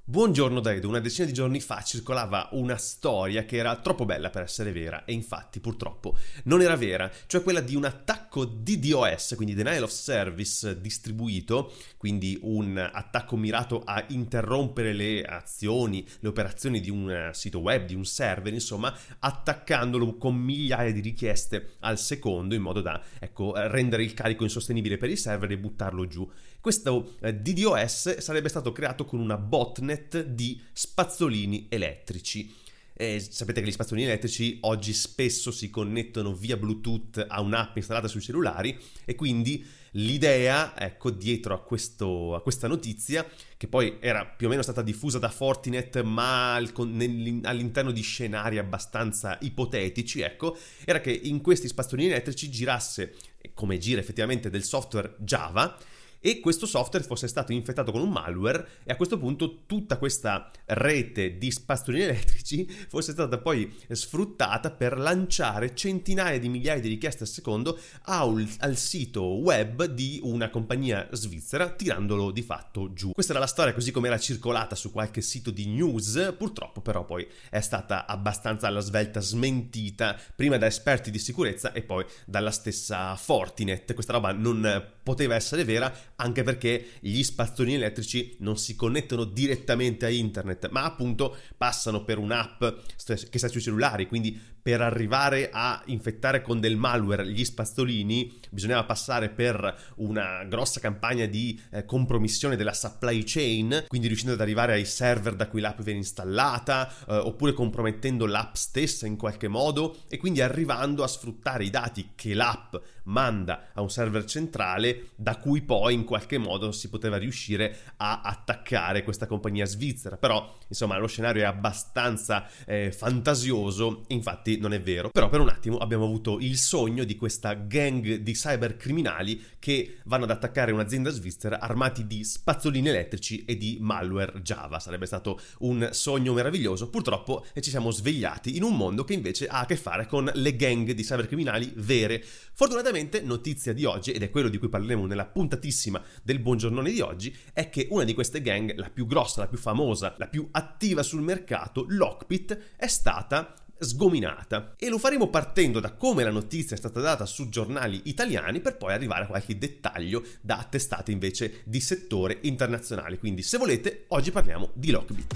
Buongiorno da Edo, una decina di giorni fa circolava una storia che era troppo bella per essere vera e infatti purtroppo non era vera, cioè quella di un attacco DDoS, quindi Denial of Service distribuito, quindi un attacco mirato a interrompere le azioni, le operazioni di un sito web, di un server, insomma, attaccandolo con migliaia di richieste al secondo in modo da, rendere il carico insostenibile per il server e buttarlo giù. Questo DDoS sarebbe stato creato con una botnet di spazzolini elettrici. Sapete che gli spazzolini elettrici oggi spesso si connettono via Bluetooth a un'app installata sui cellulari e quindi l'idea, dietro a questa notizia, che poi era più o meno stata diffusa da Fortinet ma all'interno di scenari abbastanza ipotetici, era che in questi spazzolini elettrici girasse, come gira effettivamente, del software Java, e questo software fosse stato infettato con un malware e a questo punto tutta questa rete di spazzolini elettrici fosse stata poi sfruttata per lanciare centinaia di migliaia di richieste al secondo al sito web di una compagnia svizzera, tirandolo di fatto giù. Questa era la storia così come era circolata su qualche sito di news, purtroppo però poi è stata abbastanza alla svelta smentita prima da esperti di sicurezza e poi dalla stessa Fortinet. Questa roba non poteva essere vera, anche perché gli spazzolini elettrici non si connettono direttamente a internet, ma appunto passano per un'app che sta sui cellulari, quindi per arrivare a infettare con del malware gli spazzolini bisognava passare per una grossa campagna di compromissione della supply chain, quindi riuscendo ad arrivare ai server da cui l'app viene installata, oppure compromettendo l'app stessa in qualche modo, e quindi arrivando a sfruttare i dati che l'app manda a un server centrale da cui poi in qualche modo si poteva riuscire a attaccare questa compagnia svizzera. Però insomma lo scenario è abbastanza fantasioso, infatti non è vero. Però per un attimo abbiamo avuto il sogno di questa gang di cybercriminali che vanno ad attaccare un'azienda svizzera armati di spazzolini elettrici e di malware Java. Sarebbe stato un sogno meraviglioso. Purtroppo ci siamo svegliati in un mondo che invece ha a che fare con le gang di cybercriminali vere. Fortunatamente notizia di oggi, ed è quello di cui parleremo nella puntatissima del Buongiornone di oggi, è che una di queste gang, la più grossa, la più famosa, la più attiva sul mercato, Lockbit, è stata sgominata, e lo faremo partendo da come la notizia è stata data su giornali italiani per poi arrivare a qualche dettaglio da testate invece di settore internazionale. Quindi se volete oggi parliamo di Lockbit.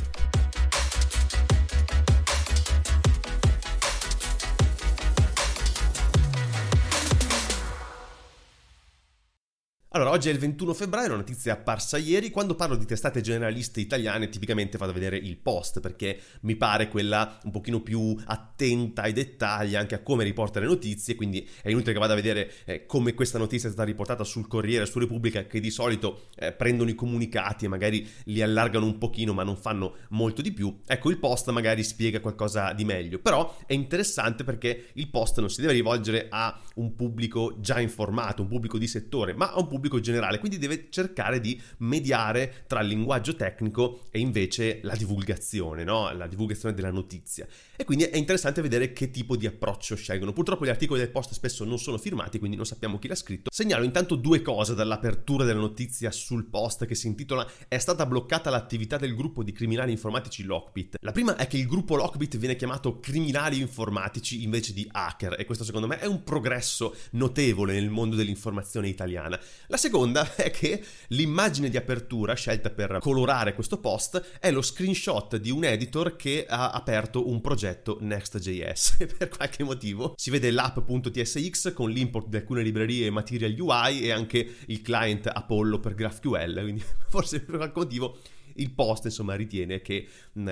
Allora, oggi è il 21 febbraio, una notizia apparsa ieri. Quando parlo di testate generaliste italiane tipicamente vado a vedere il Post, perché mi pare quella un pochino più attenta ai dettagli, anche a come riporta le notizie, quindi è inutile che vada a vedere come questa notizia è stata riportata sul Corriere, su Repubblica, che di solito prendono i comunicati e magari li allargano un pochino ma non fanno molto di più. Ecco, il Post magari spiega qualcosa di meglio, però è interessante perché il Post non si deve rivolgere a un pubblico già informato, un pubblico di settore, ma a un pubblico generale, quindi deve cercare di mediare tra il linguaggio tecnico e invece la divulgazione, no? La divulgazione della notizia. E quindi è interessante vedere che tipo di approccio scelgono. Purtroppo gli articoli del Post spesso non sono firmati, quindi non sappiamo chi l'ha scritto. Segnalo intanto due cose dall'apertura della notizia sul Post, che si intitola "È stata bloccata l'attività del gruppo di criminali informatici Lockbit". La prima è che il gruppo Lockbit viene chiamato criminali informatici invece di hacker, e questo secondo me è un progresso notevole nel mondo dell'informazione italiana. La seconda è che l'immagine di apertura scelta per colorare questo post è lo screenshot di un editor che ha aperto un progetto Next.js e per qualche motivo si vede l'app.tsx con l'import di alcune librerie Material UI e anche il client Apollo per GraphQL, quindi forse per qualche motivo il Post insomma ritiene che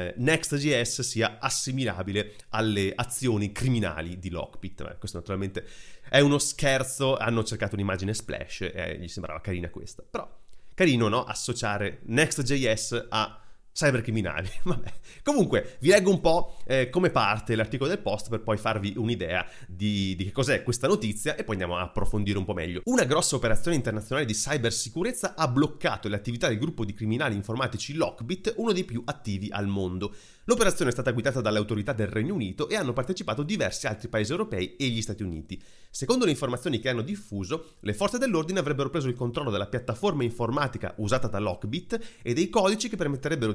Next.js sia assimilabile alle azioni criminali di Lockbit. Questo naturalmente è uno scherzo, hanno cercato un'immagine splash e gli sembrava carina questa, però carino, no? Associare Next.js a cybercriminali. Vabbè. Comunque vi leggo un po' come parte l'articolo del Post per poi farvi un'idea di che cos'è questa notizia e poi andiamo a approfondire un po' meglio. Una grossa operazione internazionale di cybersicurezza ha bloccato le attività del gruppo di criminali informatici Lockbit, uno dei più attivi al mondo. L'operazione è stata guidata dalle autorità del Regno Unito e hanno partecipato diversi altri paesi europei e gli Stati Uniti. Secondo le informazioni che hanno diffuso, le forze dell'ordine avrebbero preso il controllo della piattaforma informatica usata da Lockbit e dei codici che permetterebbero di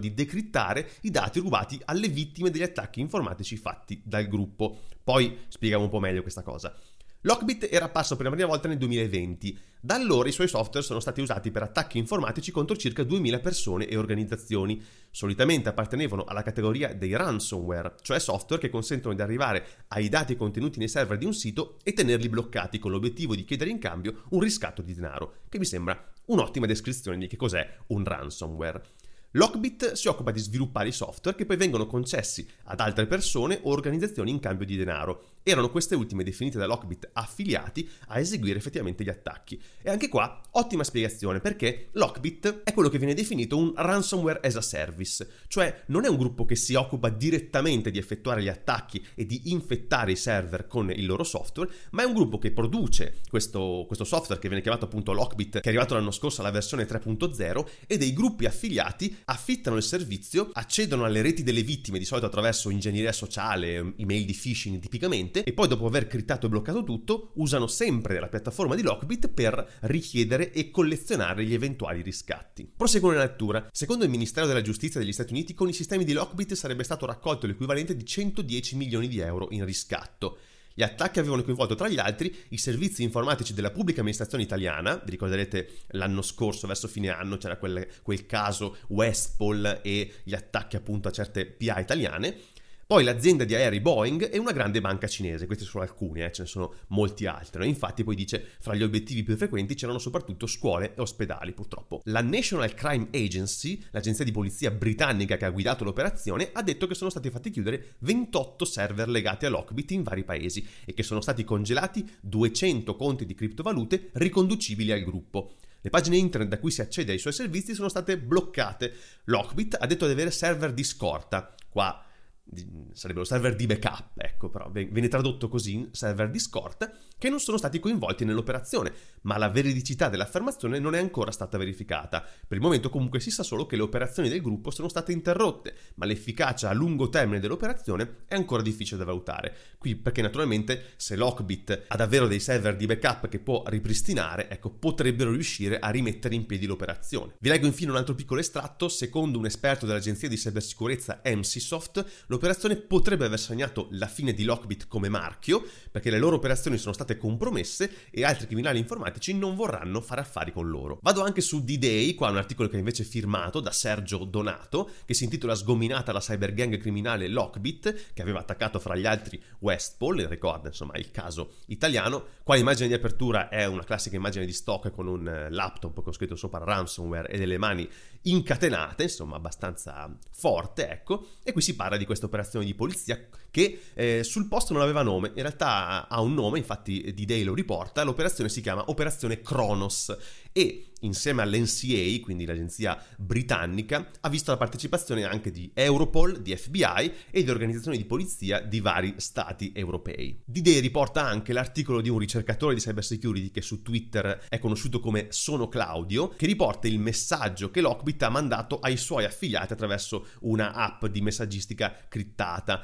di decrittare i dati rubati alle vittime degli attacchi informatici fatti dal gruppo. Poi spieghiamo un po' meglio questa cosa. Lockbit era apparso per la prima volta nel 2020. Da allora i suoi software sono stati usati per attacchi informatici contro circa 2000 persone e organizzazioni. Solitamente appartenevano alla categoria dei ransomware, cioè software che consentono di arrivare ai dati contenuti nei server di un sito e tenerli bloccati con l'obiettivo di chiedere in cambio un riscatto di denaro, che mi sembra un'ottima descrizione di che cos'è un ransomware. Lockbit si occupa di sviluppare i software che poi vengono concessi ad altre persone o organizzazioni in cambio di denaro. Erano queste ultime definite da Lockbit affiliati a eseguire effettivamente gli attacchi. E anche qua, ottima spiegazione, perché Lockbit è quello che viene definito un ransomware as a service, cioè non è un gruppo che si occupa direttamente di effettuare gli attacchi e di infettare i server con il loro software, ma è un gruppo che produce questo software che viene chiamato appunto Lockbit, che è arrivato l'anno scorso alla versione 3.0, e dei gruppi affiliati affittano il servizio, accedono alle reti delle vittime, di solito attraverso ingegneria sociale, email di phishing tipicamente, e poi dopo aver criptato e bloccato tutto, usano sempre la piattaforma di Lockbit per richiedere e collezionare gli eventuali riscatti. Proseguo nella lettura. Secondo il Ministero della Giustizia degli Stati Uniti, con i sistemi di Lockbit sarebbe stato raccolto l'equivalente di 110 milioni di euro in riscatto. Gli attacchi avevano coinvolto tra gli altri i servizi informatici della pubblica amministrazione italiana. Vi ricorderete l'anno scorso, verso fine anno, c'era quel caso Westpol e gli attacchi appunto a certe PA italiane. Poi l'azienda di aerei Boeing e una grande banca cinese, questi sono alcuni, ce ne sono molti altri. No? Infatti poi dice, fra gli obiettivi più frequenti c'erano soprattutto scuole e ospedali, purtroppo. La National Crime Agency, l'agenzia di polizia britannica che ha guidato l'operazione, ha detto che sono stati fatti chiudere 28 server legati a Lockbit in vari paesi e che sono stati congelati 200 conti di criptovalute riconducibili al gruppo. Le pagine internet da cui si accede ai suoi servizi sono state bloccate. Lockbit ha detto di avere server di scorta. Qua sarebbero server di backup, ecco, però viene tradotto così, server di scorta, che non sono stati coinvolti nell'operazione, ma la veridicità dell'affermazione non è ancora stata verificata. Per il momento comunque si sa solo che le operazioni del gruppo sono state interrotte, ma l'efficacia a lungo termine dell'operazione è ancora difficile da valutare. Qui perché naturalmente se Lockbit ha davvero dei server di backup che può ripristinare, ecco, potrebbero riuscire a rimettere in piedi l'operazione. Vi leggo infine un altro piccolo estratto. Secondo un esperto dell'agenzia di cybersicurezza MCSoft, l'operazione potrebbe aver segnato la fine di Lockbit come marchio, perché le loro operazioni sono state compromesse e altri criminali informatici non vorranno fare affari con loro. Vado anche su D-Day, qua un articolo che è invece firmato da Sergio Donato, che si intitola "Sgominata la cybergang criminale Lockbit", che aveva attaccato fra gli altri Westpol, ricorda insomma il caso italiano. Qua l'immagine di apertura è una classica immagine di stock con un laptop con scritto sopra ransomware e delle mani incatenate, insomma abbastanza forte, ecco, e qui si parla di questa operazione di polizia che sul posto non aveva nome, in realtà ha un nome, infatti D-Day lo riporta. L'operazione si chiama Operazione Kronos e insieme all'NCA, quindi l'agenzia britannica, ha visto la partecipazione anche di Europol, di FBI e di organizzazioni di polizia di vari stati europei. D-Day riporta anche l'articolo di un ricercatore di cybersecurity che su Twitter è conosciuto come Sono Claudio, che riporta il messaggio che Lockbit ha mandato ai suoi affiliati attraverso una app di messaggistica criptata,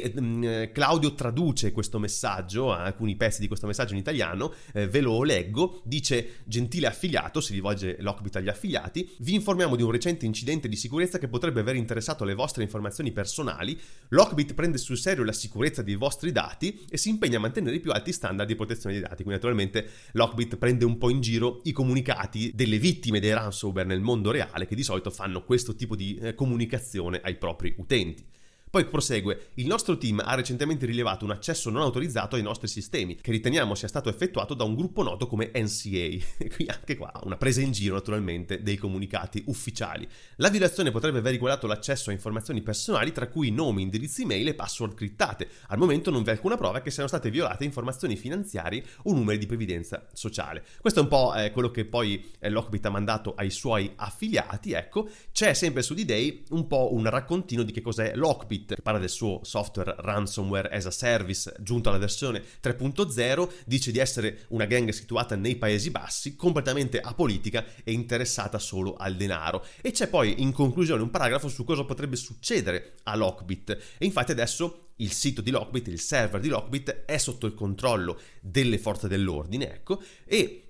e Claudio traduce questo messaggio, alcuni pezzi di questo messaggio in italiano, ve lo leggo. Dice: "Gentile affiliato", si rivolge Lockbit agli affiliati, "vi informiamo di un recente incidente di sicurezza che potrebbe aver interessato le vostre informazioni personali. Lockbit prende sul serio la sicurezza dei vostri dati e si impegna a mantenere i più alti standard di protezione dei dati". Quindi naturalmente Lockbit prende un po' in giro i comunicati delle vittime dei ransomware nel mondo reale, che di solito fanno questo tipo di comunicazione ai propri utenti. Poi prosegue: "Il nostro team ha recentemente rilevato un accesso non autorizzato ai nostri sistemi, che riteniamo sia stato effettuato da un gruppo noto come NCA". Qui anche qua una presa in giro naturalmente dei comunicati ufficiali. "La violazione potrebbe aver riguardato l'accesso a informazioni personali, tra cui nomi, indirizzi email e password criptate. Al momento non vi è alcuna prova che siano state violate informazioni finanziarie o numeri di previdenza sociale". Questo è un po' quello che poi Lockbit ha mandato ai suoi affiliati, ecco. C'è sempre su D-Day un po' un raccontino di che cos'è Lockbit, che parla del suo software ransomware as a service giunto alla versione 3.0, dice di essere una gang situata nei Paesi Bassi, completamente apolitica e interessata solo al denaro. E c'è poi in conclusione un paragrafo su cosa potrebbe succedere a Lockbit, e infatti adesso il sito di Lockbit, il server di Lockbit è sotto il controllo delle forze dell'ordine, ecco, e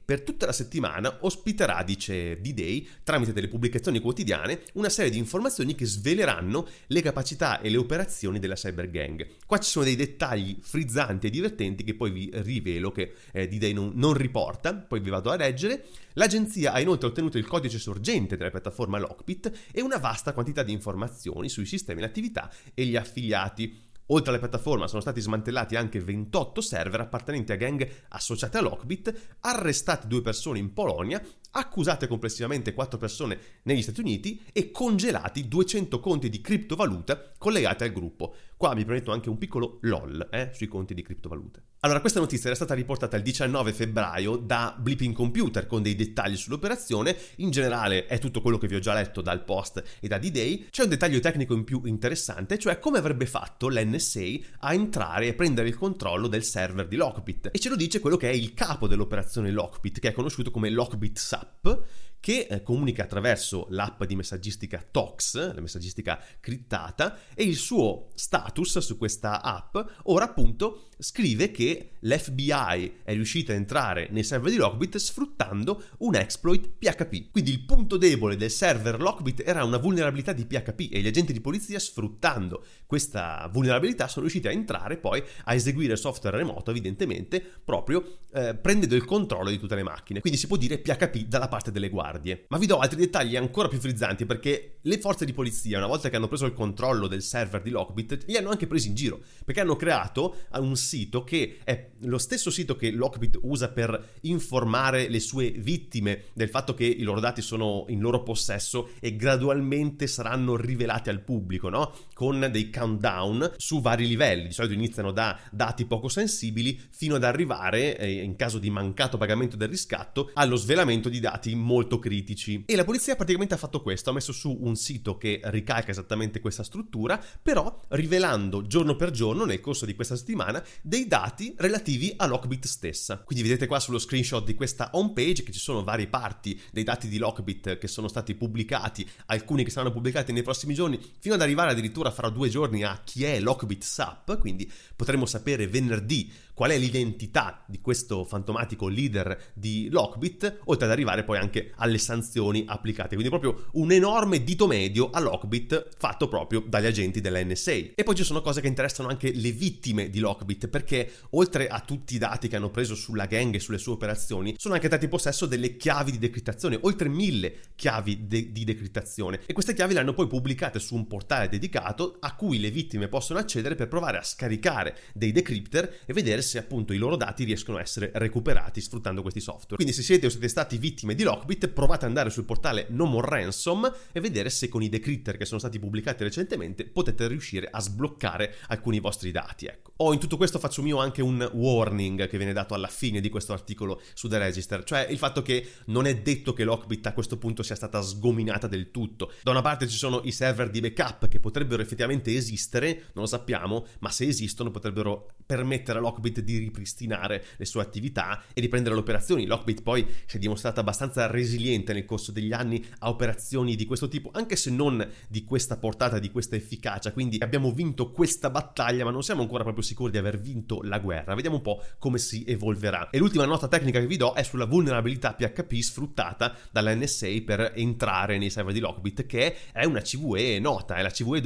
per tutta la settimana ospiterà, dice D-Day, tramite delle pubblicazioni quotidiane, una serie di informazioni che sveleranno le capacità e le operazioni della cyber gang. Qua ci sono dei dettagli frizzanti e divertenti che poi vi rivelo che D-Day non riporta, poi vi vado a leggere. L'agenzia ha inoltre ottenuto il codice sorgente della piattaforma Lockbit e una vasta quantità di informazioni sui sistemi in attività e gli affiliati. Oltre alla piattaforma sono stati smantellati anche 28 server appartenenti a gang associate a Lockbit, arrestate 2 persone in Polonia, accusate complessivamente 4 persone negli Stati Uniti e congelati 200 conti di criptovaluta collegati al gruppo. Qua mi permetto anche un piccolo LOL sui conti di criptovalute. Allora, questa notizia era stata riportata il 19 febbraio da Bleeping Computer con dei dettagli sull'operazione. In generale è tutto quello che vi ho già letto dal post e da D-Day. C'è un dettaglio tecnico in più interessante, cioè come avrebbe fatto l'NSA a entrare e prendere il controllo del server di Lockbit. E ce lo dice quello che è il capo dell'operazione Lockbit, che è conosciuto come Lockbit SAP, che comunica attraverso l'app di messaggistica TOX, la messaggistica criptata, e il suo status su questa app ora appunto scrive che l'FBI è riuscita a entrare nei server di Lockbit sfruttando un exploit PHP. Quindi il punto debole del server Lockbit era una vulnerabilità di PHP e gli agenti di polizia, sfruttando questa vulnerabilità, sono riusciti a entrare poi a eseguire software remoto, evidentemente proprio prendendo il controllo di tutte le macchine. Quindi si può dire PHP dalla parte delle guardie. Ma vi do altri dettagli ancora più frizzanti, perché le forze di polizia, una volta che hanno preso il controllo del server di Lockbit, li hanno anche presi in giro, perché hanno creato un sito che è lo stesso sito che Lockbit usa per informare le sue vittime del fatto che i loro dati sono in loro possesso e gradualmente saranno rivelati al pubblico, no? Con dei countdown su vari livelli. Di solito iniziano da dati poco sensibili fino ad arrivare, in caso di mancato pagamento del riscatto, allo svelamento di dati molto critici. E la polizia praticamente ha fatto questo, ha messo su un sito che ricalca esattamente questa struttura, però rivelando giorno per giorno nel corso di questa settimana dei dati relativi a Lockbit stessa. Quindi vedete qua sullo screenshot di questa homepage che ci sono varie parti dei dati di Lockbit che sono stati pubblicati, alcuni che saranno pubblicati nei prossimi giorni, fino ad arrivare addirittura fra 2 giorni a chi è Lockbit SAP, quindi potremo sapere venerdì qual è l'identità di questo fantomatico leader di Lockbit, oltre ad arrivare poi anche alle sanzioni applicate. Quindi proprio un enorme dito medio a Lockbit fatto proprio dagli agenti dell'NSA. E poi ci sono cose che interessano anche le vittime di Lockbit, perché oltre a tutti i dati che hanno preso sulla gang e sulle sue operazioni, sono anche stati in possesso delle chiavi di decrittazione, oltre 1000 chiavi di decrittazione, e queste chiavi le hanno poi pubblicate su un portale dedicato a cui le vittime possono accedere per provare a scaricare dei decrypter e vedere se appunto i loro dati riescono a essere recuperati sfruttando questi software. Quindi se siete o siete stati vittime di Lockbit, provate ad andare sul portale No More Ransom e vedere se con i decrypter che sono stati pubblicati recentemente potete riuscire a sbloccare alcuni vostri dati, ecco. In tutto questo faccio mio anche un warning che viene dato alla fine di questo articolo su The Register, cioè il fatto che non è detto che Lockbit a questo punto sia stata sgominata del tutto. Da una parte ci sono i server di backup che potrebbero effettivamente esistere, non lo sappiamo, ma se esistono potrebbero permettere a Lockbit di ripristinare le sue attività e riprendere le operazioni. Lockbit poi si è dimostrata abbastanza resiliente nel corso degli anni a operazioni di questo tipo, anche se non di questa portata, di questa efficacia. Quindi abbiamo vinto questa battaglia, ma non siamo ancora proprio sicuri di aver vinto la guerra. Vediamo un po' come si evolverà. E l'ultima nota tecnica che vi do è sulla vulnerabilità PHP sfruttata dalla NSA per entrare nei server di Lockbit, che è una CVE nota, è la CVE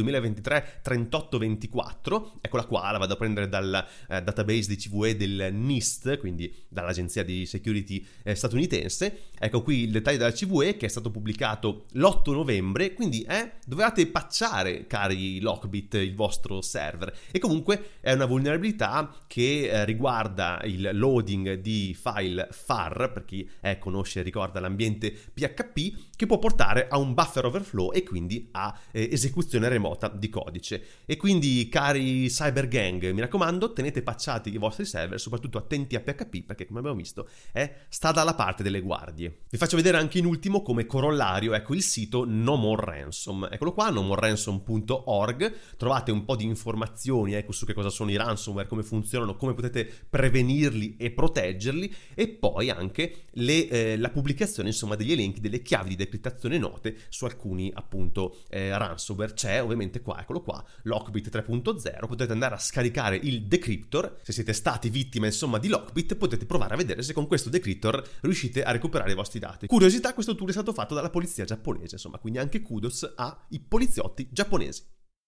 2023-3824. Eccola qua, la vado a prendere dal database di CVE del NIST, quindi dall'agenzia di security statunitense. Ecco qui il dettaglio della CVE, che è stato pubblicato l'8 novembre, quindi dovevate patchare, cari Lockbit, il vostro server. E comunque è una vulnerabilità che riguarda il loading di file FAR, per chi conosce e ricorda l'ambiente PHP, che può portare a un buffer overflow e quindi a esecuzione remota di codice. E quindi, cari cyber gang, mi raccomando, tenete patchati i vostri server, soprattutto attenti a PHP, perché come abbiamo visto sta dalla parte delle guardie. Vi faccio vedere anche in ultimo, come corollario, ecco il sito No More Ransom. Eccolo qua, nomoreransom.org. Trovate un po' di informazioni su che cosa sono i ransomware, come funzionano, come potete prevenirli e proteggerli, e poi anche la pubblicazione insomma degli elenchi delle chiavi di decrittazione note su alcuni appunto ransomware. C'è ovviamente qua, eccolo qua, Lockbit 3.0, potete andare a scaricare il decrypter decryptor. Se siete stati vittima insomma di Lockbit, potete provare a vedere se con questo decryptor riuscite a recuperare i vostri dati. Curiosità, questo tour è stato fatto dalla polizia giapponese, insomma, quindi anche kudos ai poliziotti giapponesi.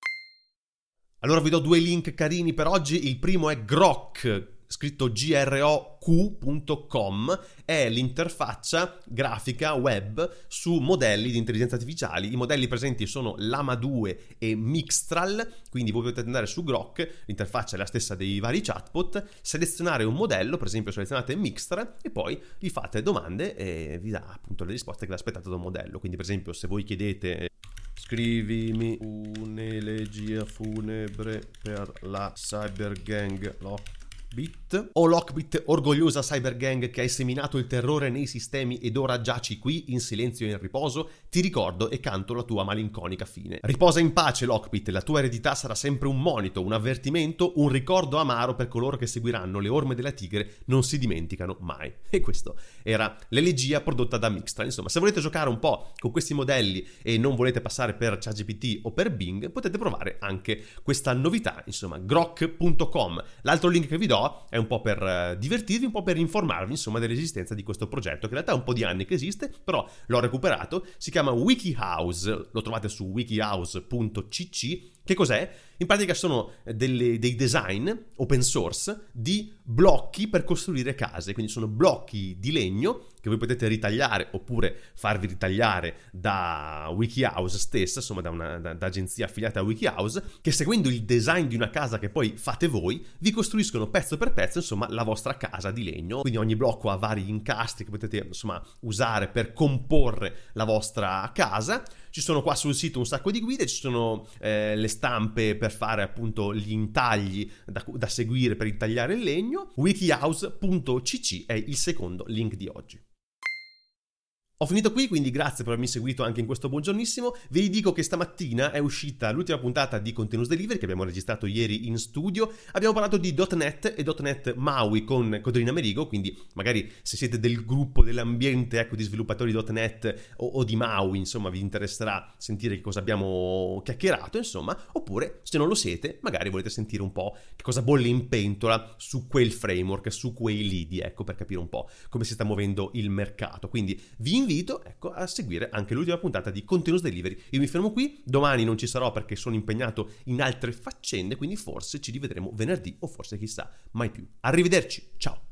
Allora vi do 2 link carini per oggi. Il primo è Grok, scritto groq.com, è l'interfaccia grafica web su modelli di intelligenza artificiali. I modelli presenti sono Llama 2 e Mixtral, quindi voi potete andare su Grok, l'interfaccia è la stessa dei vari chatbot, selezionare un modello, per esempio selezionate Mixtral e poi gli fate domande e vi dà appunto le risposte che vi aspettate da un modello. Quindi per esempio se voi chiedete scrivimi un'elegia funebre per la cybergang Lockbit, o Lockbit, orgogliosa cybergang che hai seminato il terrore nei sistemi ed ora giaci qui in silenzio e in riposo, ti ricordo e canto la tua malinconica fine. Riposa in pace Lockbit, la tua eredità sarà sempre un monito, un avvertimento, un ricordo amaro per coloro che seguiranno le orme della tigre, non si dimenticano mai. E questo era l'elegia prodotta da Mixtral. Insomma, se volete giocare un po' con questi modelli e non volete passare per ChatGPT o per Bing, potete provare anche questa novità, insomma, grok.com. L'altro link che vi do è un po' per divertirvi, un po' per informarvi insomma dell'esistenza di questo progetto che in realtà è un po' di anni che esiste, però l'ho recuperato. Si chiama WikiHouse, lo trovate su wikihouse.cc. Che cos'è? In pratica sono dei design open source di blocchi per costruire case, quindi sono blocchi di legno che voi potete ritagliare oppure farvi ritagliare da WikiHouse stessa, insomma da agenzia affiliata a WikiHouse, che seguendo il design di una casa che poi fate voi, vi costruiscono pezzo per pezzo insomma la vostra casa di legno. Quindi ogni blocco ha vari incastri che potete insomma usare per comporre la vostra casa. Ci sono qua sul sito un sacco di guide, ci sono le stampe per fare appunto gli intagli da seguire per intagliare il legno. wikihouse.cc è il secondo link di oggi. Ho finito qui, quindi grazie per avermi seguito anche in questo buongiornissimo. Vi dico che stamattina è uscita l'ultima puntata di Continuous Delivery che abbiamo registrato ieri in studio. Abbiamo parlato di .NET e .NET MAUI con Codrina Merigo, quindi magari se siete del gruppo, dell'ambiente ecco, di sviluppatori .NET o di MAUI, insomma vi interesserà sentire che cosa abbiamo chiacchierato, insomma, oppure se non lo siete magari volete sentire un po' che cosa bolle in pentola su quel framework, su quei lidi, ecco, per capire un po' come si sta muovendo il mercato. Quindi vi invito ecco, a seguire anche l'ultima puntata di Continuous Delivery. Io mi fermo qui, domani non ci sarò perché sono impegnato in altre faccende, quindi forse ci rivedremo venerdì o forse chissà mai più. Arrivederci, ciao!